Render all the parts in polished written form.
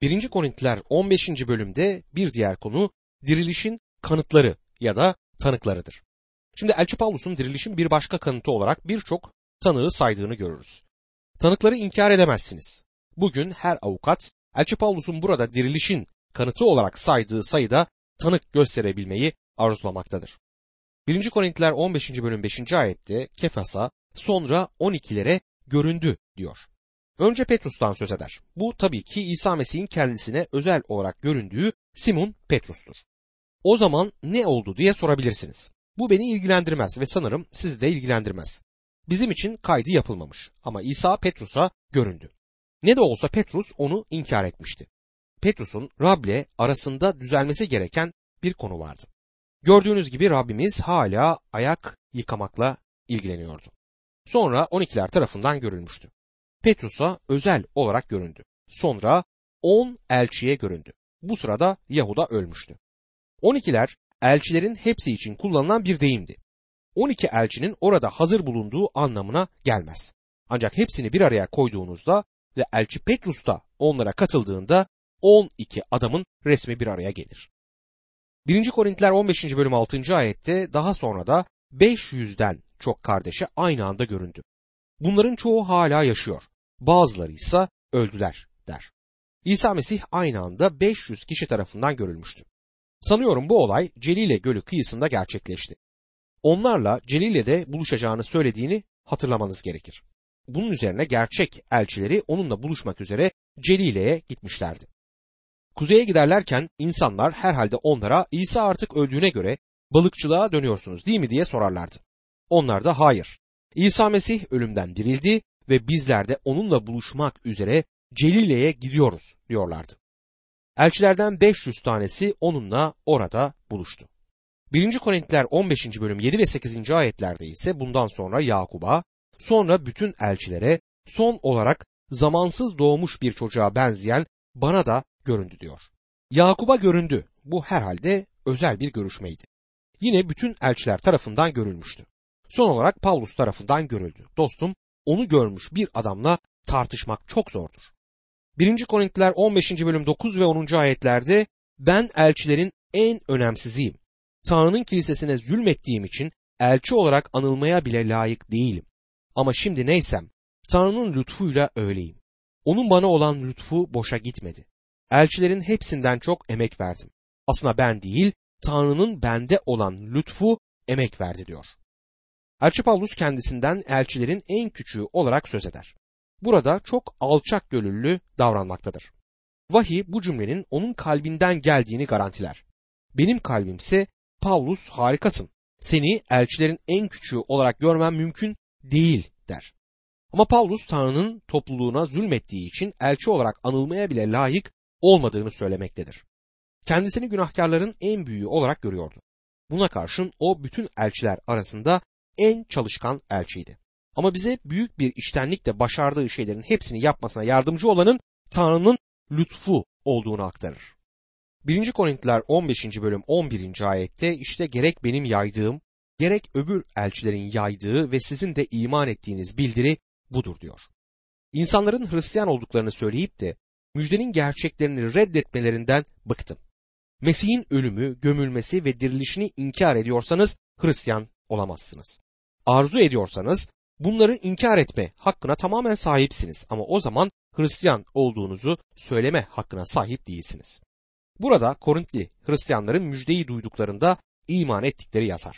1. Korintiler 15. bölümde bir diğer konu dirilişin kanıtları ya da tanıklarıdır. Şimdi Elçi Pavlus'un dirilişin bir başka kanıtı olarak birçok tanığı saydığını görürüz. Tanıkları inkar edemezsiniz. Bugün her avukat Elçi Pavlus'un burada dirilişin kanıtı olarak saydığı sayıda tanık gösterebilmeyi arzulamaktadır. 1. Korintiler 15. bölüm 5. ayette Kefas'a sonra 12'lere göründü diyor. Önce Petrus'tan söz eder. Bu tabii ki İsa Mesih'in kendisine özel olarak göründüğü Simon Petrus'tur. O zaman ne oldu diye sorabilirsiniz. Bu beni ilgilendirmez ve sanırım sizi de ilgilendirmez. Bizim için kaydı yapılmamış ama İsa Petrus'a göründü. Ne de olsa Petrus onu inkar etmişti. Petrus'un Rab'le arasında düzelmesi gereken bir konu vardı. Gördüğünüz gibi Rabbimiz hala ayak yıkamakla ilgileniyordu. Sonra 12'ler tarafından görülmüştü. Petrus'a özel olarak göründü. Sonra 10 elçiye göründü. Bu sırada Yahuda ölmüştü. 12'ler elçilerin hepsi için kullanılan bir deyimdi. 12 elçinin orada hazır bulunduğu anlamına gelmez. Ancak hepsini bir araya koyduğunuzda ve elçi Petrus da onlara katıldığında 12 adamın resmi bir araya gelir. 1. Korintiler 15. bölüm 6. ayette daha sonra da 500'den çok kardeşe aynı anda göründü. Bunların çoğu hala yaşıyor. Bazıları ise öldüler der. İsa Mesih aynı anda 500 kişi tarafından görülmüştü. Sanıyorum bu olay Celile Gölü kıyısında gerçekleşti. Onlarla Celile'de buluşacağını söylediğini hatırlamanız gerekir. Bunun üzerine gerçek elçileri onunla buluşmak üzere Celile'ye gitmişlerdi. Kuzeye giderlerken insanlar herhalde onlara İsa artık öldüğüne göre balıkçılığa dönüyorsunuz değil mi diye sorarlardı. Onlar da hayır. İsa Mesih ölümden dirildi ve bizler de onunla buluşmak üzere Celile'ye gidiyoruz diyorlardı. Elçilerden 500 tanesi onunla orada buluştu. 1. Korintiler 15. bölüm 7 ve 8. ayetlerde ise bundan sonra Yakub'a, sonra bütün elçilere, son olarak zamansız doğmuş bir çocuğa benzeyen bana da göründü diyor. Yakub'a göründü. Bu herhalde özel bir görüşmeydi. Yine bütün elçiler tarafından görülmüştü. Son olarak Pavlus tarafından görüldü. Dostum, onu görmüş bir adamla tartışmak çok zordur. 1. Korintiler 15. bölüm 9 ve 10. ayetlerde ben elçilerin en önemsiziyim. Tanrı'nın kilisesine zulmettiğim için elçi olarak anılmaya bile layık değilim. Ama şimdi neysem Tanrı'nın lütfuyla öyleyim. Onun bana olan lütfu boşa gitmedi. Elçilerin hepsinden çok emek verdim. Aslında ben değil, Tanrı'nın bende olan lütfu emek verdi diyor. Elçi Pavlus kendisinden elçilerin en küçüğü olarak söz eder. Burada çok alçak gönüllü davranmaktadır. Vahiy bu cümlenin onun kalbinden geldiğini garantiler. Benim kalbimse Pavlus harikasın. Seni elçilerin en küçüğü olarak görmem mümkün değil der. Ama Pavlus Tanrı'nın topluluğuna zulmettiği için elçi olarak anılmaya bile layık olmadığını söylemektedir. Kendisini günahkarların en büyüğü olarak görüyordu. Buna karşın o bütün elçiler arasında en çalışkan elçiydi. Ama bize büyük bir içtenlikle başardığı şeylerin hepsini yapmasına yardımcı olanın Tanrı'nın lütfu olduğunu aktarır. 1. Korintiler 15. bölüm 11. ayette işte gerek benim yaydığım, gerek öbür elçilerin yaydığı ve sizin de iman ettiğiniz bildiri budur diyor. İnsanların Hristiyan olduklarını söyleyip de müjdenin gerçeklerini reddetmelerinden bıktım. Mesih'in ölümü, gömülmesi ve dirilişini inkar ediyorsanız Hristiyan olamazsınız. Arzu ediyorsanız bunları inkar etme hakkına tamamen sahipsiniz ama o zaman Hristiyan olduğunuzu söyleme hakkına sahip değilsiniz. Burada Korintli Hristiyanların müjdeyi duyduklarında iman ettikleri yazar.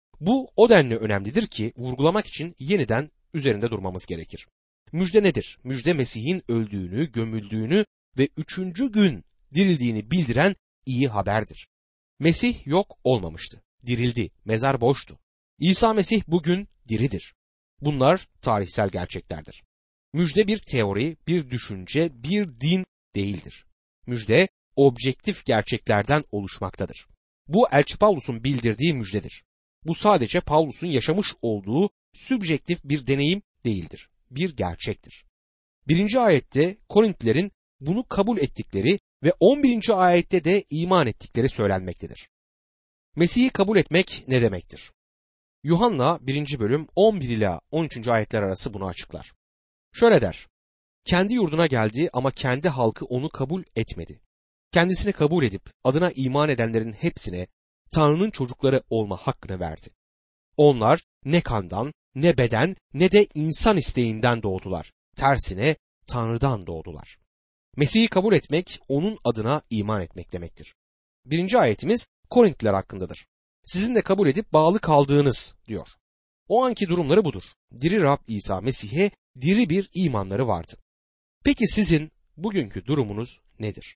Bu o denli önemlidir ki vurgulamak için yeniden üzerinde durmamız gerekir. Müjde nedir? Müjde Mesih'in öldüğünü, gömüldüğünü ve 3. gün dirildiğini bildiren iyi haberdir. Mesih yok olmamıştı. Dirildi. Mezar boştu. İsa Mesih bugün diridir. Bunlar tarihsel gerçeklerdir. Müjde bir teori, bir düşünce, bir din değildir. Müjde objektif gerçeklerden oluşmaktadır. Bu Elçi Pavlus'un bildirdiği müjdedir. Bu sadece Pavlus'un yaşamış olduğu sübjektif bir deneyim değildir. Bir gerçektir. 1. ayette Korintlilerin bunu kabul ettikleri ve 11. ayette de iman ettikleri söylenmektedir. Mesih'i kabul etmek ne demektir? Yuhanna 1. bölüm 11 ila 13. ayetler arası bunu açıklar. Şöyle der: Kendi yurduna geldi ama kendi halkı onu kabul etmedi. Kendisini kabul edip adına iman edenlerin hepsine Tanrı'nın çocukları olma hakkını verdi. Onlar ne kandan, ne beden, ne de insan isteğinden doğdular. Tersine Tanrı'dan doğdular. Mesih'i kabul etmek, onun adına iman etmek demektir. 1. ayetimiz Korintliler hakkındadır. Sizin de kabul edip bağlı kaldığınız diyor. O anki durumları budur. Diri Rab İsa Mesih'e diri bir imanları vardı. Peki sizin bugünkü durumunuz nedir?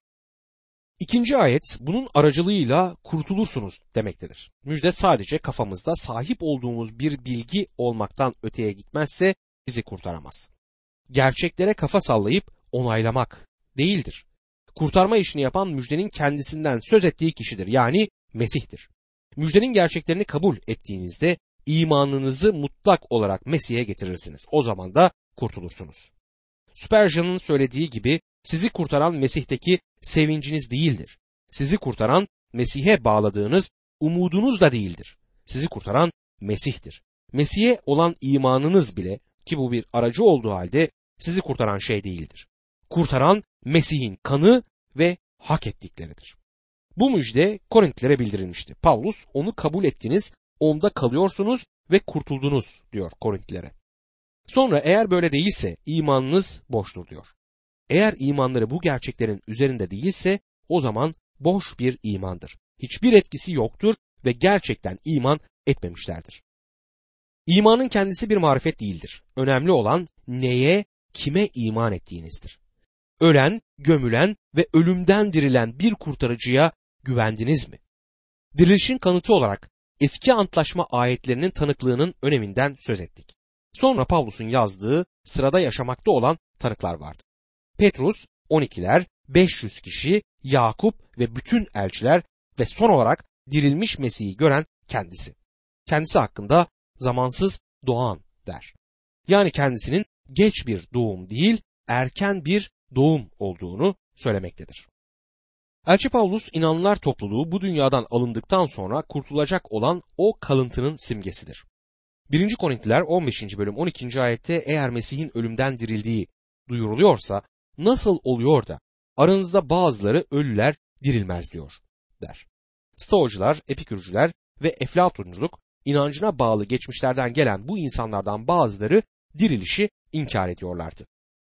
2. ayet bunun aracılığıyla kurtulursunuz demektedir. Müjde sadece kafamızda sahip olduğumuz bir bilgi olmaktan öteye gitmezse bizi kurtaramaz. Gerçeklere kafa sallayıp onaylamak değildir. Kurtarma işini yapan müjdenin kendisinden söz ettiği kişidir, yani Mesih'tir. Müjdenin gerçeklerini kabul ettiğinizde imanınızı mutlak olarak Mesih'e getirirsiniz. O zaman da kurtulursunuz. Spurgeon'ın söylediği gibi sizi kurtaran Mesih'teki sevinciniz değildir. Sizi kurtaran Mesih'e bağladığınız umudunuz da değildir. Sizi kurtaran Mesih'tir. Mesih'e olan imanınız bile, ki bu bir aracı olduğu halde, sizi kurtaran şey değildir. Kurtaran Mesih'in kanı ve hak ettikleridir. Bu müjde Korintlilere bildirilmişti. Pavlus onu kabul ettiniz, onda kalıyorsunuz ve kurtuldunuz diyor Korintlilere. Sonra eğer böyle değilse imanınız boştur diyor. Eğer imanları bu gerçeklerin üzerinde değilse o zaman boş bir imandır. Hiçbir etkisi yoktur ve gerçekten iman etmemişlerdir. İmanın kendisi bir marifet değildir. Önemli olan neye, kime iman ettiğinizdir. Ölen, gömülen ve ölümden dirilen bir kurtarıcıya güvendiniz mi? Dirilişin kanıtı olarak eski antlaşma ayetlerinin tanıklığının öneminden söz ettik. Sonra Pavlus'un yazdığı sırada yaşamakta olan tanıklar vardı. Petrus, 12'ler, 500 kişi, Yakup ve bütün elçiler ve son olarak dirilmiş Mesih'i gören kendisi. Kendisi hakkında zamansız doğan der. Yani kendisinin geç bir doğum değil, erken bir doğum olduğunu söylemektedir. Elçi Pavlus inanlılar topluluğu bu dünyadan alındıktan sonra kurtulacak olan o kalıntının simgesidir. 1. Korintliler 15. bölüm 12. ayette eğer Mesih'in ölümden dirildiği duyuruluyorsa nasıl oluyor da aranızda bazıları ölüler dirilmez diyor der. Stoacılar, Epikürcüler ve Eflatunculuk inancına bağlı geçmişlerden gelen bu insanlardan bazıları dirilişi inkar ediyorlardı.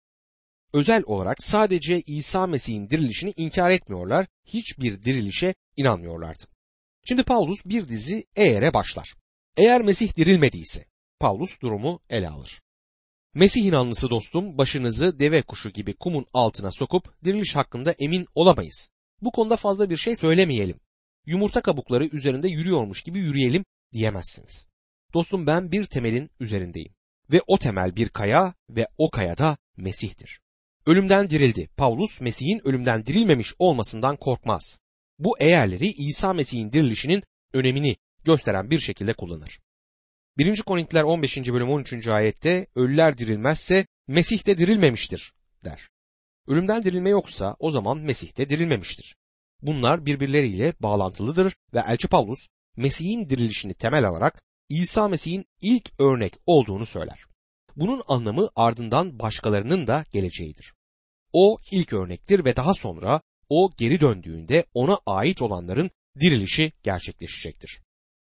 Özel olarak sadece İsa Mesih'in dirilişini inkar etmiyorlar, hiçbir dirilişe inanmıyorlardı. Şimdi Pavlus bir dizi eğere başlar. Eğer Mesih dirilmediyse Pavlus durumu ele alır. Mesih inanlısı dostum, başınızı deve kuşu gibi kumun altına sokup diriliş hakkında emin olamayız. Bu konuda fazla bir şey söylemeyelim. Yumurta kabukları üzerinde yürüyormuş gibi yürüyelim diyemezsiniz. Dostum, ben bir temelin üzerindeyim. Ve o temel bir kaya ve o kaya da Mesih'tir. Ölümden dirildi. Pavlus Mesih'in ölümden dirilmemiş olmasından korkmaz. Bu eğerleri İsa Mesih'in dirilişinin önemini gösteren bir şekilde kullanır. 1. Korintliler 15. bölüm 13. ayette ölüler dirilmezse Mesih de dirilmemiştir der. Ölümden dirilme yoksa o zaman Mesih de dirilmemiştir. Bunlar birbirleriyle bağlantılıdır ve Elçi Pavlus Mesih'in dirilişini temel alarak İsa Mesih'in ilk örnek olduğunu söyler. Bunun anlamı ardından başkalarının da geleceğidir. O ilk örnektir ve daha sonra o geri döndüğünde ona ait olanların dirilişi gerçekleşecektir.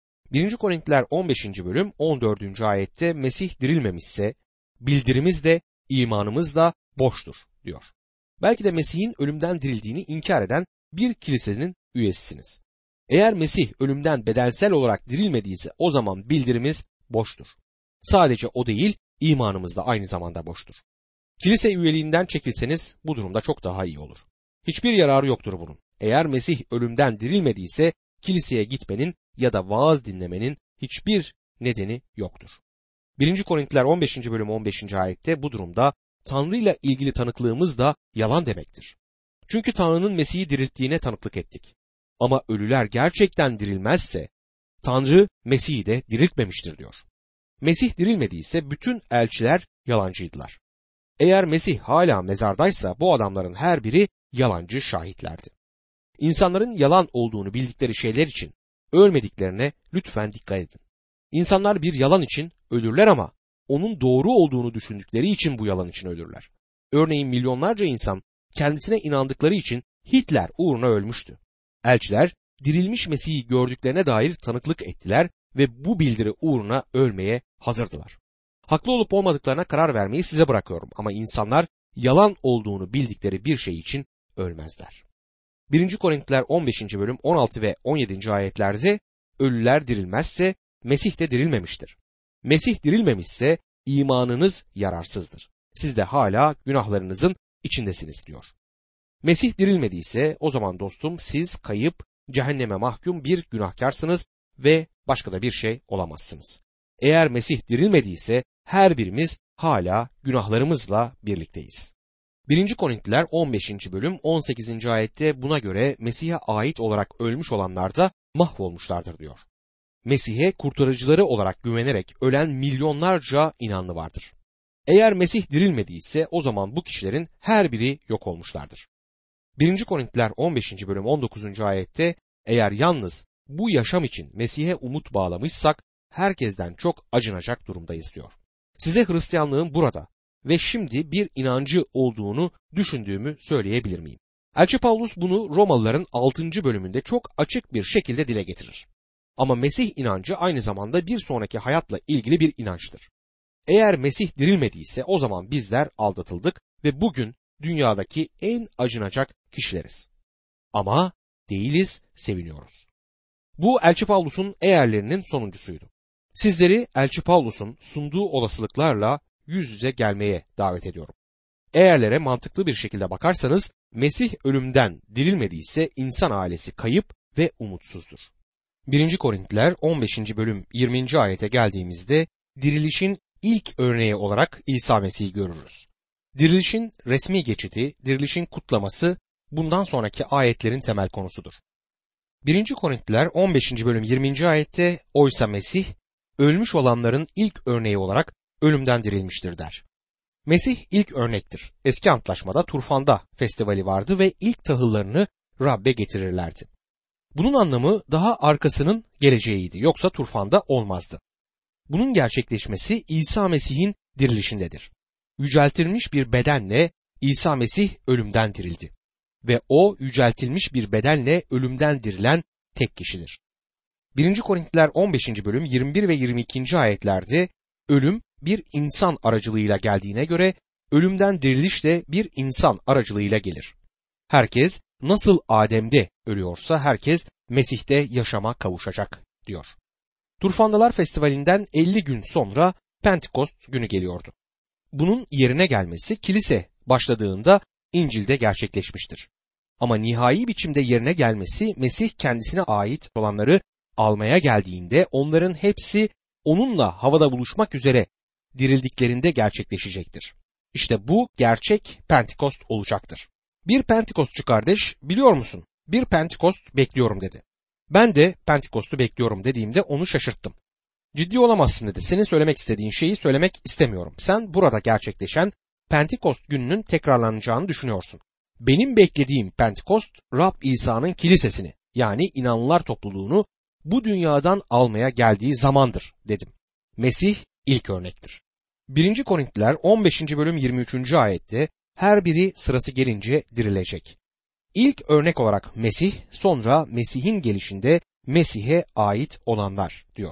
1. Korintliler 15. bölüm 14. ayette Mesih dirilmemişse bildirimiz de imanımız da boştur diyor. Belki de Mesih'in ölümden dirildiğini inkar eden bir kilisenin üyesisiniz. Eğer Mesih ölümden bedensel olarak dirilmediyse o zaman bildirimiz boştur. Sadece o değil, imanımız da aynı zamanda boştur. Kilise üyeliğinden çekilseniz bu durumda çok daha iyi olur. Hiçbir yararı yoktur bunun. Eğer Mesih ölümden dirilmediyse kiliseye gitmenin ya da vaaz dinlemenin hiçbir nedeni yoktur. 1. Korintliler 15. bölüm 15. ayette bu durumda Tanrı ile ilgili tanıklığımız da yalan demektir. Çünkü Tanrı'nın Mesih'i dirilttiğine tanıklık ettik. Ama ölüler gerçekten dirilmezse Tanrı Mesih'i de diriltmemiştir diyor. Mesih dirilmediyse bütün elçiler yalancıydılar. Eğer Mesih hala mezardaysa bu adamların her biri yalancı şahitlerdi. İnsanların yalan olduğunu bildikleri şeyler için ölmediklerine lütfen dikkat edin. İnsanlar bir yalan için ölürler ama onun doğru olduğunu düşündükleri için bu yalan için ölürler. Örneğin milyonlarca insan kendisine inandıkları için Hitler uğruna ölmüştü. Elçiler dirilmiş Mesih'i gördüklerine dair tanıklık ettiler ve bu bildiri uğruna ölmeye hazırdılar. Haklı olup olmadıklarına karar vermeyi size bırakıyorum ama insanlar yalan olduğunu bildikleri bir şey için ölmezler. 1. Korintiler 15. bölüm 16 ve 17. ayetlerde ölüler dirilmezse Mesih de dirilmemiştir. Mesih dirilmemişse imanınız yararsızdır. Siz de hala günahlarınızın içindesiniz diyor. Mesih dirilmediyse o zaman dostum siz kayıp, cehenneme mahkum bir günahkarsınız ve başka da bir şey olamazsınız. Eğer Mesih dirilmediyse her birimiz hala günahlarımızla birlikteyiz. 1. Korintiler 15. bölüm 18. ayette buna göre Mesih'e ait olarak ölmüş olanlar da mahvolmuşlardır diyor. Mesih'e kurtarıcıları olarak güvenerek ölen milyonlarca inanlı vardır. Eğer Mesih dirilmediyse o zaman bu kişilerin her biri yok olmuşlardır. 1. Korintiler 15. bölüm 19. ayette eğer yalnız bu yaşam için Mesih'e umut bağlamışsak herkesten çok acınacak durumdayız diyor. Size Hristiyanlığın burada ve şimdi bir inancı olduğunu düşündüğümü söyleyebilir miyim? Elçi Pavlus bunu Romalıların 6. bölümünde çok açık bir şekilde dile getirir. Ama Mesih inancı aynı zamanda bir sonraki hayatla ilgili bir inançtır. Eğer Mesih dirilmediyse o zaman bizler aldatıldık ve bugün dünyadaki en acınacak kişileriz. Ama değiliz, seviniyoruz. Bu Elçi Pavlus'un eğerlerinin sonuncusuydu. Sizleri Elçi Pavlus'un sunduğu olasılıklarla yüz yüze gelmeye davet ediyorum. Eğerlere mantıklı bir şekilde bakarsanız Mesih ölümden dirilmediyse insan ailesi kayıp ve umutsuzdur. 1. Korintiler 15. bölüm 20. ayete geldiğimizde dirilişin ilk örneği olarak İsa Mesih'i görürüz. Dirilişin resmi geçidi, dirilişin kutlaması bundan sonraki ayetlerin temel konusudur. 1. Korintiler 15. bölüm 20. ayette oysa Mesih ölmüş olanların ilk örneği olarak ölümden dirilmiştir der. Mesih ilk örnektir. Eski antlaşmada Turfanda festivali vardı ve ilk tahıllarını Rabbe getirirlerdi. Bunun anlamı daha arkasının geleceğiydi. Yoksa Turfanda olmazdı. Bunun gerçekleşmesi İsa Mesih'in dirilişindedir. Yüceltilmiş bir bedenle İsa Mesih ölümden dirildi. Ve o yüceltilmiş bir bedenle ölümden dirilen tek kişidir. 1. Korintiler 15. bölüm 21 ve 22. ayetlerde ölüm bir insan aracılığıyla geldiğine göre ölümden diriliş de bir insan aracılığıyla gelir. Herkes nasıl Adem'de ölüyorsa herkes Mesih'te yaşama kavuşacak diyor. Turfandalar Festivali'nden 50 gün sonra Pentekost günü geliyordu. Bunun yerine gelmesi kilise başladığında İncil'de gerçekleşmiştir. Ama nihai biçimde yerine gelmesi Mesih kendisine ait olanları almaya geldiğinde onların hepsi onunla havada buluşmak üzere dirildiklerinde gerçekleşecektir. İşte bu gerçek Pentekost olacaktır. Bir Pentekostçu kardeş biliyor musun? Bir Pentekost bekliyorum dedi. Ben de Pentekost'u bekliyorum dediğimde onu şaşırttım. Ciddi olamazsın dedi. Senin söylemek istediğin şeyi söylemek istemiyorum. Sen burada gerçekleşen Pentekost gününün tekrarlanacağını düşünüyorsun. Benim beklediğim Pentekost Rab İsa'nın kilisesini yani inanlılar topluluğunu bu dünyadan almaya geldiği zamandır dedim. Mesih ilk örnektir. 1. Korintiler 15. bölüm 23. ayette her biri sırası gelince dirilecek. İlk örnek olarak Mesih, sonra Mesih'in gelişinde Mesih'e ait olanlar diyor.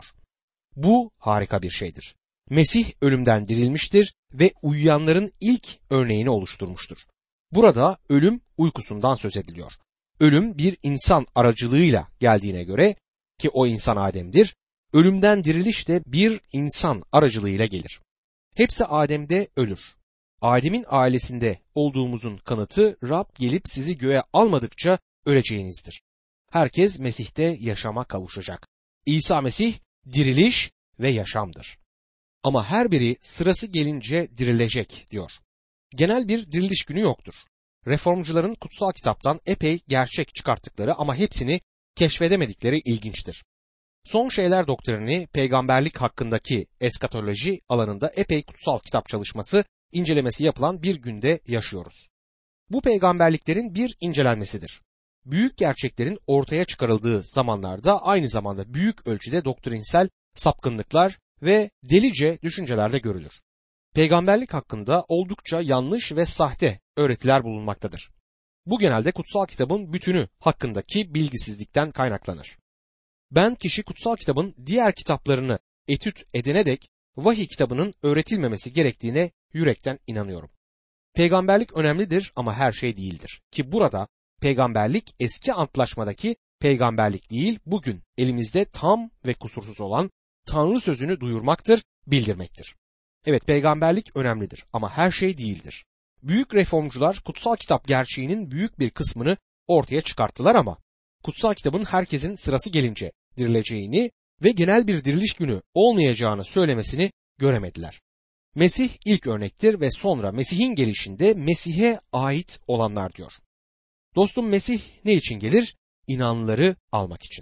Bu harika bir şeydir. Mesih ölümden dirilmiştir ve uyuyanların ilk örneğini oluşturmuştur. Burada ölüm uykusundan söz ediliyor. Ölüm bir insan aracılığıyla geldiğine göre ki o insan Adem'dir, ölümden diriliş de bir insan aracılığıyla gelir. Hepsi Adem'de ölür. Adem'in ailesinde olduğumuzun kanıtı Rab gelip sizi göğe almadıkça öleceğinizdir. Herkes Mesih'te yaşama kavuşacak. İsa Mesih diriliş ve yaşamdır. Ama her biri sırası gelince dirilecek diyor. Genel bir diriliş günü yoktur. Reformcuların kutsal kitaptan epey gerçek çıkarttıkları ama hepsini keşfedemedikleri ilginçtir. Son şeyler doktrini peygamberlik hakkındaki eskatoloji alanında epey kutsal kitap çalışması, incelemesi yapılan bir günde yaşıyoruz. Bu peygamberliklerin bir incelenmesidir. Büyük gerçeklerin ortaya çıkarıldığı zamanlarda aynı zamanda büyük ölçüde doktrinsel sapkınlıklar ve delice düşünceler de görülür. peygamberlik hakkında oldukça yanlış ve sahte öğretiler bulunmaktadır. Bu genelde kutsal kitabın bütünü hakkındaki bilgisizlikten kaynaklanır. Ben kişi kutsal kitabın diğer kitaplarını etüt edene dek vahiy kitabının öğretilmemesi gerektiğine yürekten inanıyorum. Peygamberlik önemlidir ama her şey değildir. Ki burada peygamberlik eski antlaşmadaki peygamberlik değil, bugün elimizde tam ve kusursuz olan Tanrı sözünü duyurmaktır, bildirmektir. Evet, peygamberlik önemlidir ama her şey değildir. Büyük reformcular kutsal kitap gerçeğinin büyük bir kısmını ortaya çıkarttılar ama kutsal kitabın herkesin sırası gelince dirileceğini ve genel bir diriliş günü olmayacağını söylemesini göremediler. Mesih ilk örnektir ve sonra Mesih'in gelişinde Mesih'e ait olanlar diyor. Dostum, Mesih ne için gelir? İnanları almak için.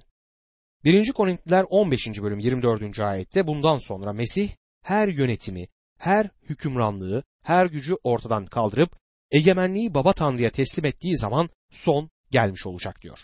1. Korintiler 15. bölüm 24. ayette bundan sonra Mesih her yönetimi, her hükümranlığı, her gücü ortadan kaldırıp egemenliği Baba Tanrı'ya teslim ettiği zaman son gelmiş olacak diyor.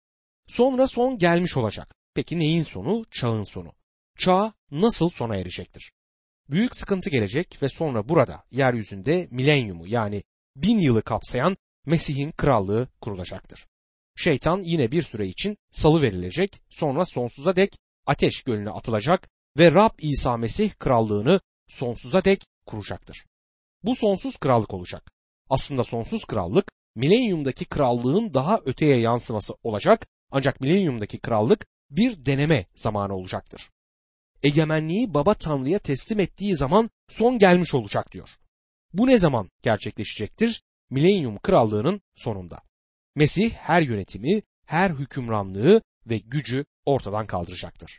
Sonra son gelmiş olacak. Peki neyin sonu? Çağın sonu. Çağ nasıl sona erecektir? Büyük sıkıntı gelecek ve sonra burada yeryüzünde milenyumu yani 1000 yılı kapsayan Mesih'in krallığı kurulacaktır. Şeytan yine bir süre için salı verilecek, sonra sonsuza dek ateş gölüne atılacak ve Rab İsa Mesih krallığını sonsuza dek kuracaktır. Bu sonsuz krallık olacak. Aslında sonsuz krallık milenyumdaki krallığın daha öteye yansıması olacak, ancak milenyumdaki krallık bir deneme zamanı olacaktır. Egemenliği Baba Tanrı'ya teslim ettiği zaman son gelmiş olacak diyor. Bu ne zaman gerçekleşecektir? Milenyum krallığının sonunda. Mesih her yönetimi, her hükümranlığı ve gücü ortadan kaldıracaktır.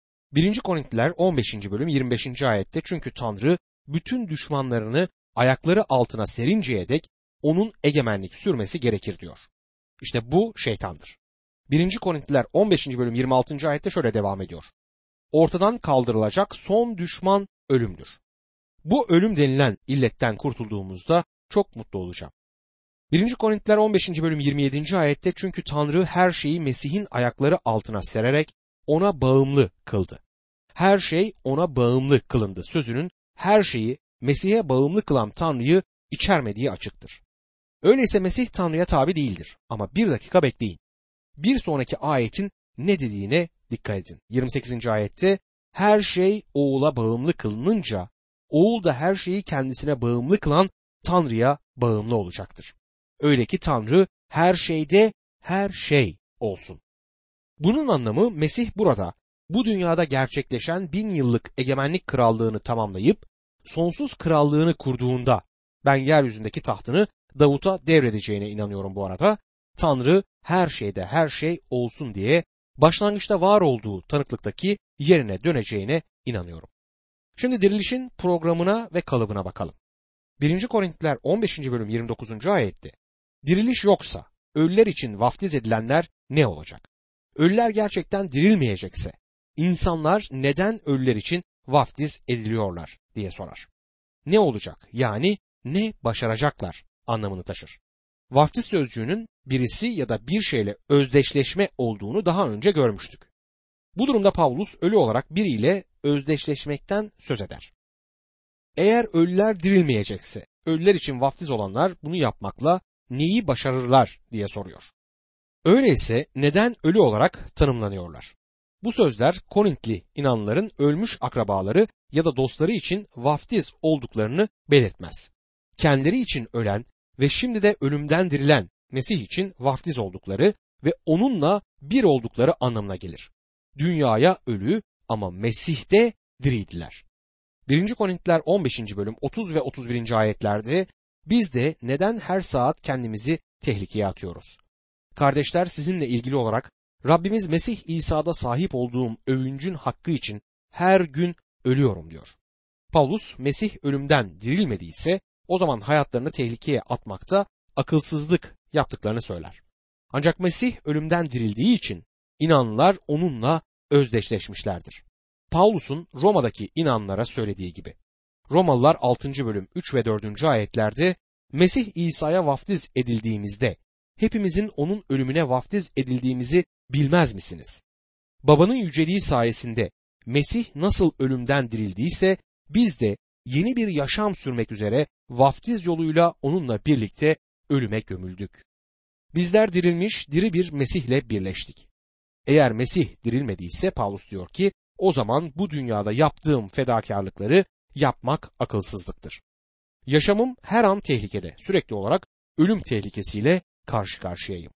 1. Korintiler 15. bölüm 25. ayette çünkü Tanrı bütün düşmanlarını ayakları altına serinceye dek onun egemenlik sürmesi gerekir diyor. İşte bu şeytandır. 1. Korintiler 15. bölüm 26. ayette şöyle devam ediyor. Ortadan kaldırılacak son düşman ölümdür. Bu ölüm denilen illetten kurtulduğumuzda çok mutlu olacağım. 1. Korintiler 15. bölüm 27. ayette çünkü Tanrı her şeyi Mesih'in ayakları altına sererek ona bağımlı kıldı. Her şey ona bağımlı kılındı sözünün her şeyi Mesih'e bağımlı kılan Tanrı'yı içermediği açıktır. Öyleyse Mesih Tanrı'ya tabi değildir ama bir dakika bekleyin. Bir sonraki ayetin ne dediğine dikkat edin. 28. ayette her şey oğula bağımlı kılınınca oğul da her şeyi kendisine bağımlı kılan Tanrı'ya bağımlı olacaktır. Öyle ki Tanrı her şeyde her şey olsun. Bunun anlamı Mesih burada bu dünyada gerçekleşen 1000 yıllık egemenlik krallığını tamamlayıp sonsuz krallığını kurduğunda ben yeryüzündeki tahtını Davut'a devredeceğine inanıyorum bu arada. Tanrı her şeyde her şey olsun diye başlangıçta var olduğu tanıklıktaki yerine döneceğine inanıyorum. Şimdi dirilişin programına ve kalıbına bakalım. 1. Korintiler 15. bölüm 29. ayette diriliş yoksa ölüler için vaftiz edilenler ne olacak? Ölüler gerçekten dirilmeyecekse insanlar neden ölüler için vaftiz ediliyorlar diye sorar. Ne olacak? Yani ne başaracaklar anlamını taşır. Vaftiz sözcüğünün birisi ya da bir şeyle özdeşleşme olduğunu daha önce görmüştük. Bu durumda Pavlus ölü olarak biriyle özdeşleşmekten söz eder. Eğer ölüler dirilmeyecekse, ölüler için vaftiz olanlar bunu yapmakla neyi başarırlar diye soruyor. Öyleyse neden ölü olarak tanımlanıyorlar? Bu sözler Korintli inanlıların ölmüş akrabaları ya da dostları için vaftiz olduklarını belirtmez. Kendileri için ölen ve şimdi de ölümden dirilen Mesih için vaftiz oldukları ve onunla bir oldukları anlamına gelir. Dünyaya ölü ama Mesih'te diriydiler. 1. Korintiler 15. bölüm 30 ve 31. ayetlerde biz de neden her saat kendimizi tehlikeye atıyoruz? Kardeşler, sizinle ilgili olarak Rabbimiz Mesih İsa'da sahip olduğum övüncün hakkı için her gün ölüyorum diyor. Paulus Mesih ölümden dirilmediyse o zaman hayatlarını tehlikeye atmakta akılsızlık yaptıklarını söyler. Ancak Mesih ölümden dirildiği için inanlılar onunla özdeşleşmişlerdir. Paulus'un Roma'daki inanlara söylediği gibi. Romalılar 6. bölüm 3 ve 4. ayetlerde Mesih İsa'ya vaftiz edildiğimizde hepimizin onun ölümüne vaftiz edildiğimizi bilmez misiniz? Babanın yüceliği sayesinde Mesih nasıl ölümden dirildiyse biz de yeni bir yaşam sürmek üzere vaftiz yoluyla onunla birlikte ölüme gömüldük. Bizler dirilmiş diri bir Mesih'le birleştik. Eğer Mesih dirilmediyse Pavlus diyor ki o zaman bu dünyada yaptığım fedakarlıkları yapmak akılsızlıktır. Yaşamım her an tehlikede, sürekli olarak ölüm tehlikesiyle karşı karşıyayım.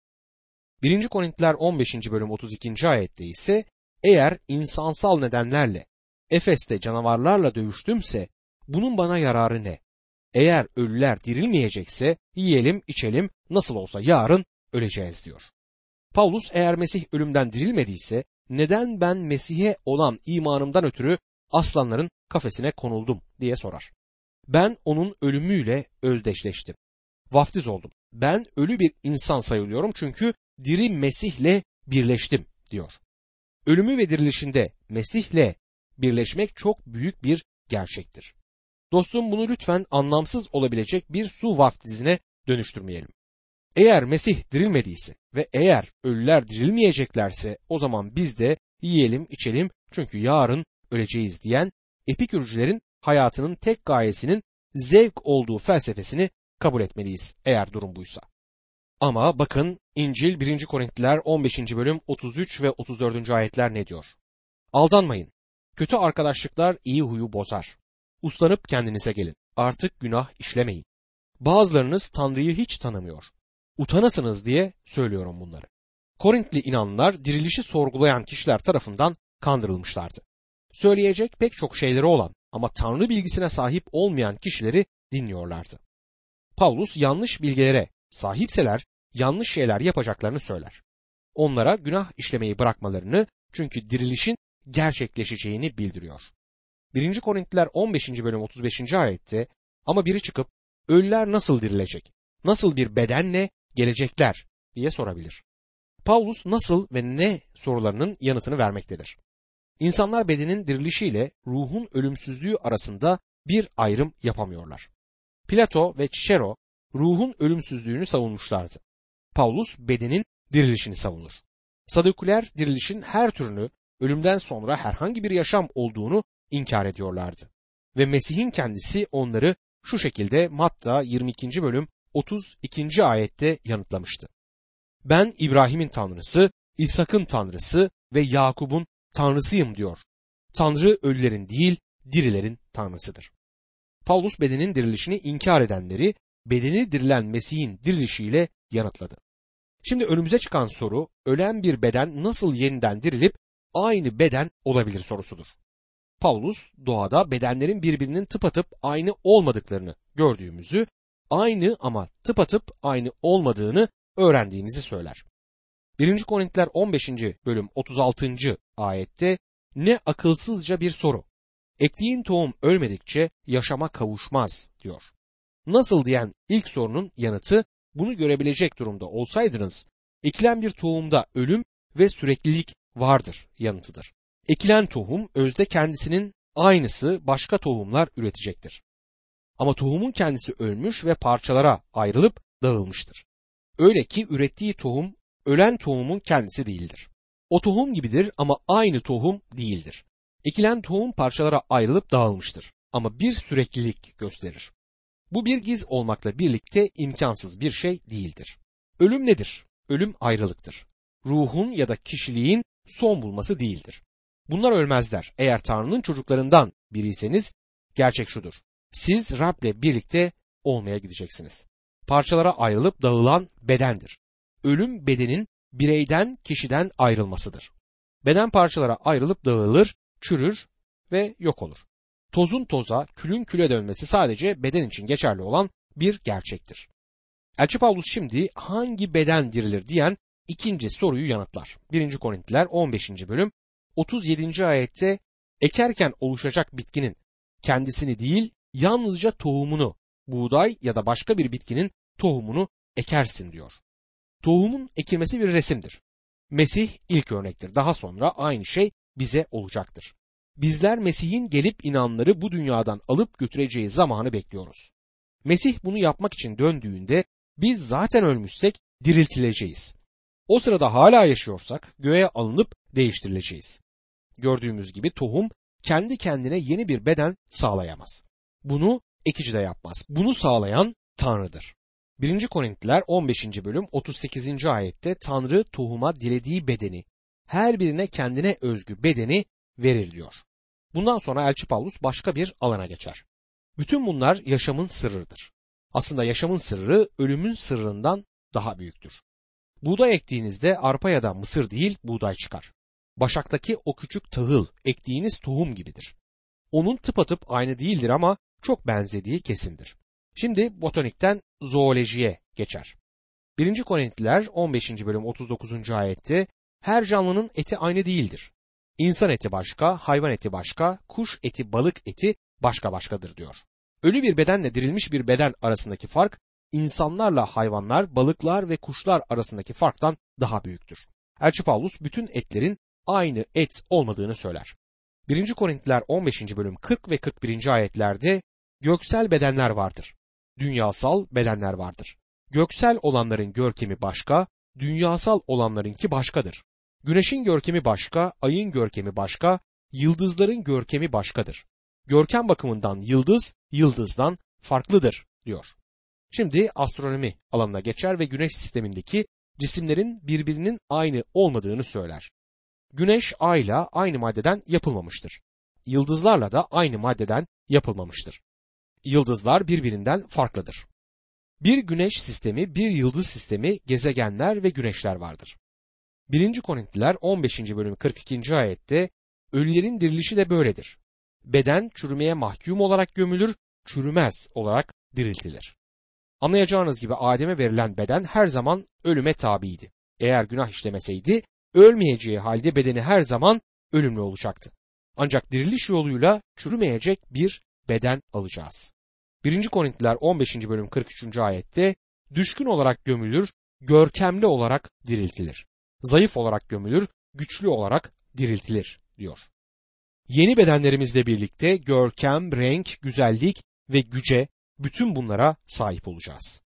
1. Korintiler 15. bölüm 32. ayette ise eğer insansal nedenlerle Efes'te canavarlarla dövüştümse bunun bana yararı ne? Eğer ölüler dirilmeyecekse yiyelim içelim nasıl olsa yarın öleceğiz diyor. Pavlus eğer Mesih ölümden dirilmediyse neden ben Mesih'e olan imanımdan ötürü aslanların kafesine konuldum diye sorar. Ben onun ölümüyle özdeşleştim. Vaftiz oldum. Ben ölü bir insan sayılıyorum çünkü diri Mesih'le birleştim diyor. Ölümü ve dirilişinde Mesih'le birleşmek çok büyük bir gerçektir. Dostum bunu lütfen anlamsız olabilecek bir su vaftizine dönüştürmeyelim. Eğer Mesih dirilmediyse ve eğer ölüler dirilmeyeceklerse o zaman biz de yiyelim içelim çünkü yarın öleceğiz diyen Epikürcülerin hayatının tek gayesinin zevk olduğu felsefesini kabul etmeliyiz eğer durum buysa. Ama bakın İncil 1. Korintiler 15. bölüm 33 ve 34. ayetler ne diyor? Aldanmayın. Kötü arkadaşlıklar iyi huyu bozar. Uslanıp kendinize gelin. Artık günah işlemeyin. Bazılarınız Tanrı'yı hiç tanımıyor. Utanasınız diye söylüyorum bunları. Korintli inanlılar dirilişi sorgulayan kişiler tarafından kandırılmışlardı. Söyleyecek pek çok şeyleri olan ama Tanrı bilgisine sahip olmayan kişileri dinliyorlardı. Pavlus yanlış bilgilere sahipseler yanlış şeyler yapacaklarını söyler. Onlara günah işlemeyi bırakmalarını çünkü dirilişin gerçekleşeceğini bildiriyor. 1. Korintiler 15. bölüm 35. ayette ama biri çıkıp ölüler nasıl dirilecek, nasıl bir bedenle gelecekler diye sorabilir. Pavlus nasıl ve ne sorularının yanıtını vermektedir. İnsanlar bedenin dirilişiyle ruhun ölümsüzlüğü arasında bir ayrım yapamıyorlar. Plato ve Cicero ruhun ölümsüzlüğünü savunmuşlardı. Pavlus bedenin dirilişini savunur. Saduküler dirilişin her türünü ölümden sonra herhangi bir yaşam olduğunu inkar ediyorlardı. Ve Mesih'in kendisi onları şu şekilde Matta 22. bölüm 32. ayette yanıtlamıştı. Ben İbrahim'in Tanrısı, İshak'ın Tanrısı ve Yakup'un Tanrısıyım diyor. Tanrı ölülerin değil, dirilerin Tanrısıdır. Pavlus bedenin dirilişini inkar edenleri bedeni dirilen Mesih'in dirilişiyle yanıtladı. Şimdi önümüze çıkan soru ölen bir beden nasıl yeniden dirilip aynı beden olabilir sorusudur. Pavlus doğada bedenlerin birbirinin tıpatıp aynı olmadıklarını gördüğümüzü, aynı ama tıpatıp aynı olmadığını öğrendiğimizi söyler. 1. Korintiler 15. bölüm 36. ayette ne akılsızca bir soru. Ektiğin tohum ölmedikçe yaşama kavuşmaz diyor. Nasıl diyen ilk sorunun yanıtı bunu görebilecek durumda olsaydınız ekilen bir tohumda ölüm ve süreklilik vardır yanıtıdır. Ekilen tohum özde kendisinin aynısı başka tohumlar üretecektir. Ama tohumun kendisi ölmüş ve parçalara ayrılıp dağılmıştır. Öyle ki ürettiği tohum ölen tohumun kendisi değildir. O tohum gibidir ama aynı tohum değildir. Ekilen tohum parçalara ayrılıp dağılmıştır ama bir süreklilik gösterir. Bu bir giz olmakla birlikte imkansız bir şey değildir. Ölüm nedir? Ölüm ayrılıktır. Ruhun ya da kişiliğin son bulması değildir. Bunlar ölmezler. Eğer Tanrı'nın çocuklarından biriyseniz gerçek şudur. Siz Rab'le birlikte olmaya gideceksiniz. Parçalara ayrılıp dağılan bedendir. Ölüm bedenin bireyden, kişiden ayrılmasıdır. Beden parçalara ayrılıp dağılır, çürür ve yok olur. Tozun toza, külün küle dönmesi sadece beden için geçerli olan bir gerçektir. Elçi Pavlus şimdi hangi beden dirilir diyen ikinci soruyu yanıtlar. 1. Korintiler 15. bölüm 37. ayette ekerken oluşacak bitkinin kendisini değil yalnızca tohumunu, buğday ya da başka bir bitkinin tohumunu ekersin diyor. Tohumun ekilmesi bir resimdir. Mesih ilk örnektir. Daha sonra aynı şey bize olacaktır. Bizler Mesih'in gelip inanları bu dünyadan alıp götüreceği zamanı bekliyoruz. Mesih bunu yapmak için döndüğünde biz zaten ölmüşsek diriltileceğiz. O sırada hala yaşıyorsak göğe alınıp değiştirileceğiz. Gördüğümüz gibi tohum kendi kendine yeni bir beden sağlayamaz. Bunu ekici de yapmaz. Bunu sağlayan Tanrı'dır. 1. Korintliler 15. bölüm 38. ayette Tanrı tohuma dilediği bedeni, her birine kendine özgü bedeni verir diyor. Bundan sonra Elçi Pavlus başka bir alana geçer. Bütün bunlar yaşamın sırrıdır. Aslında yaşamın sırrı ölümün sırrından daha büyüktür. Buğday ektiğinizde arpa ya da mısır değil buğday çıkar. Başaktaki o küçük tahıl ektiğiniz tohum gibidir. Onun tıpatıp aynı değildir ama çok benzediği kesindir. Şimdi botanikten zoolojiye geçer. 1. Korintliler 15. bölüm 39. ayette her canlının eti aynı değildir. İnsan eti başka, hayvan eti başka, kuş eti, balık eti başka başkadır diyor. Ölü bir bedenle dirilmiş bir beden arasındaki fark, insanlarla hayvanlar, balıklar ve kuşlar arasındaki farktan daha büyüktür. Elçi Pavlus bütün etlerin aynı et olmadığını söyler. 1. Korintliler 15. bölüm 40 ve 41. ayetlerde göksel bedenler vardır. Dünyasal bedenler vardır. Göksel olanların görkemi başka, dünyasal olanlarınki başkadır. Güneşin görkemi başka, ayın görkemi başka, yıldızların görkemi başkadır. Görkem bakımından yıldız, yıldızdan farklıdır diyor. Şimdi astronomi alanına geçer ve güneş sistemindeki cisimlerin birbirinin aynı olmadığını söyler. Güneş ayla aynı maddeden yapılmamıştır. Yıldızlarla da aynı maddeden yapılmamıştır. Yıldızlar birbirinden farklıdır. Bir güneş sistemi, bir yıldız sistemi, gezegenler ve güneşler vardır. 1. Korintliler 15. bölüm 42. ayette ölülerin dirilişi de böyledir. Beden çürümeye mahkum olarak gömülür, çürümez olarak diriltilir. Anlayacağınız gibi Adem'e verilen beden her zaman ölüme tabiydi. Eğer günah işlemeseydi, ölmeyeceği halde bedeni her zaman ölümlü olacaktı. Ancak diriliş yoluyla çürümeyecek bir beden alacağız. 1. Korintliler 15. bölüm 43. ayette düşkün olarak gömülür, görkemli olarak diriltilir. Zayıf olarak gömülür, güçlü olarak diriltilir diyor. Yeni bedenlerimizle birlikte görkem, renk, güzellik ve güce bütün bunlara sahip olacağız.